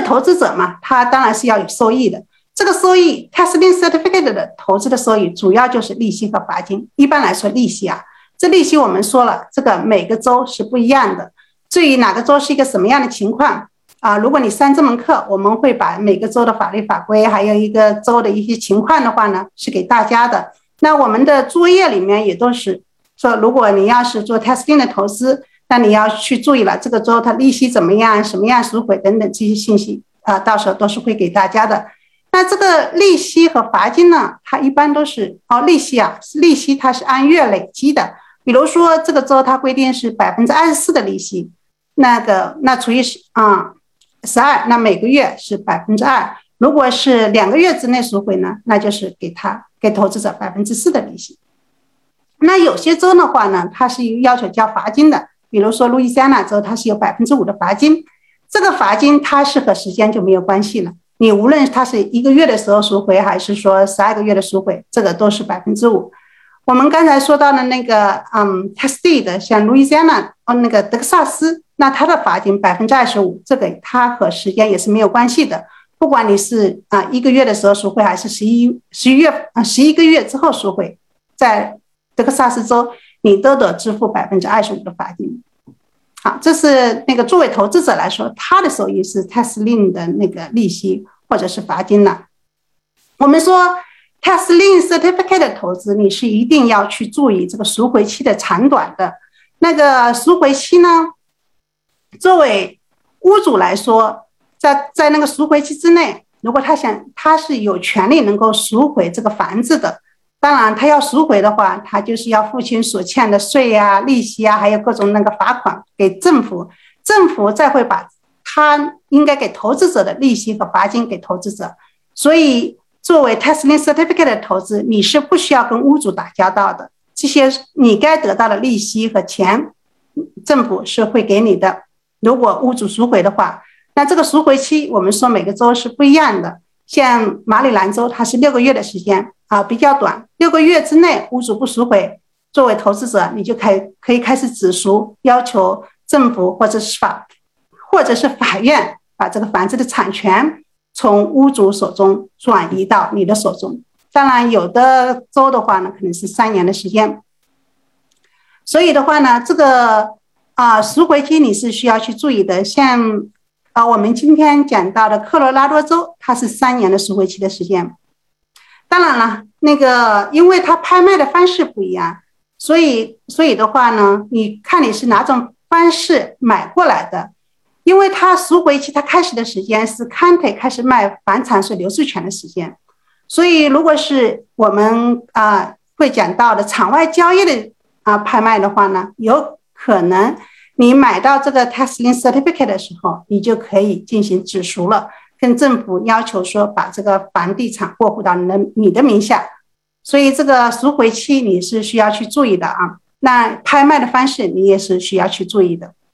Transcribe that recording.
投资者嘛，他当然是要有收益的。这个收益 Testing Certificate 的投资的收益主要就是利息和罚金。一般来说利息啊，这利息我们说了，这个每个州是不一样的。至于哪个州是一个什么样的情况啊，如果你上这门课，我们会把每个州的法律法规还有一个州的一些情况的话呢，是给大家的。那我们的作业里面也都是说，如果你要是做 Testing 的投资，那你要去注意了，这个州它利息怎么样，什么样赎回等等这些信息啊，到时候都是会给大家的。那这个利息和罚金呢，它一般都是利息啊，利息它是按月累积的。比如说这个州它规定是24%的利息，那除以12，那每个月是2%。如果是2个月之内赎回呢，那就是给投资者4%的利息。那有些州的话呢，它是要求交罚金的，比如说路易斯安那州它是有5%的罚金，这个罚金它是和时间就没有关系了。你无论它是1个月的时候赎回，还是说12个月的赎回，这个都是5%。我们刚才说到的那个Tennessee 的，像路易斯安那那个德克萨斯，那它的罚金25%，这个它和时间也是没有关系的。不管你是1个月的时候赎回，还是11个月之后赎回，在德克萨斯州你都得支付25%的罚金。好，这是那个作为投资者来说，他的收益是 Testing 的那个利息或者是罚金了。我们说 Testing Certificate 的投资，你是一定要去注意这个赎回期的长短的。那个赎回期呢，作为屋主来说，在那个赎回期之内，如果他是有权利能够赎回这个房子的。当然他要赎回的话，他就是要付清所欠的税啊、利息啊，还有各种那个罚款给政府，政府再会把他应该给投资者的利息和罚金给投资者。所以作为 Testing Certificate 的投资，你是不需要跟屋主打交道的，这些你该得到的利息和钱，政府是会给你的。如果屋主赎回的话，那这个赎回期我们说每个州是不一样的，像马里兰州它是6个月的时间比较短，6个月之内屋主不赎回，作为投资者你就可以开始止赎，要求政府或者是法院把这个房子的产权从屋主手中转移到你的手中。当然有的州的话呢，可能是3年的时间。所以的话呢，这个赎回期你是需要去注意的。像我们今天讲到的科罗拉多州，它是3年的赎回期的时间。当然了，那个因为它拍卖的方式不一样，所以的话呢，你看你是哪种方式买过来的。因为它赎回期它开始的时间是 county 开始卖房产税流失权的时间，所以如果是我们会讲到的场外交易的拍卖的话呢，有可能你买到这个 Testing Certificate 的时候，你就可以进行止赎了，跟政府要求说把这个房地产过户到你的名下。所以这个赎回期你是需要去注意的那拍卖的方式你也是需要去注意的。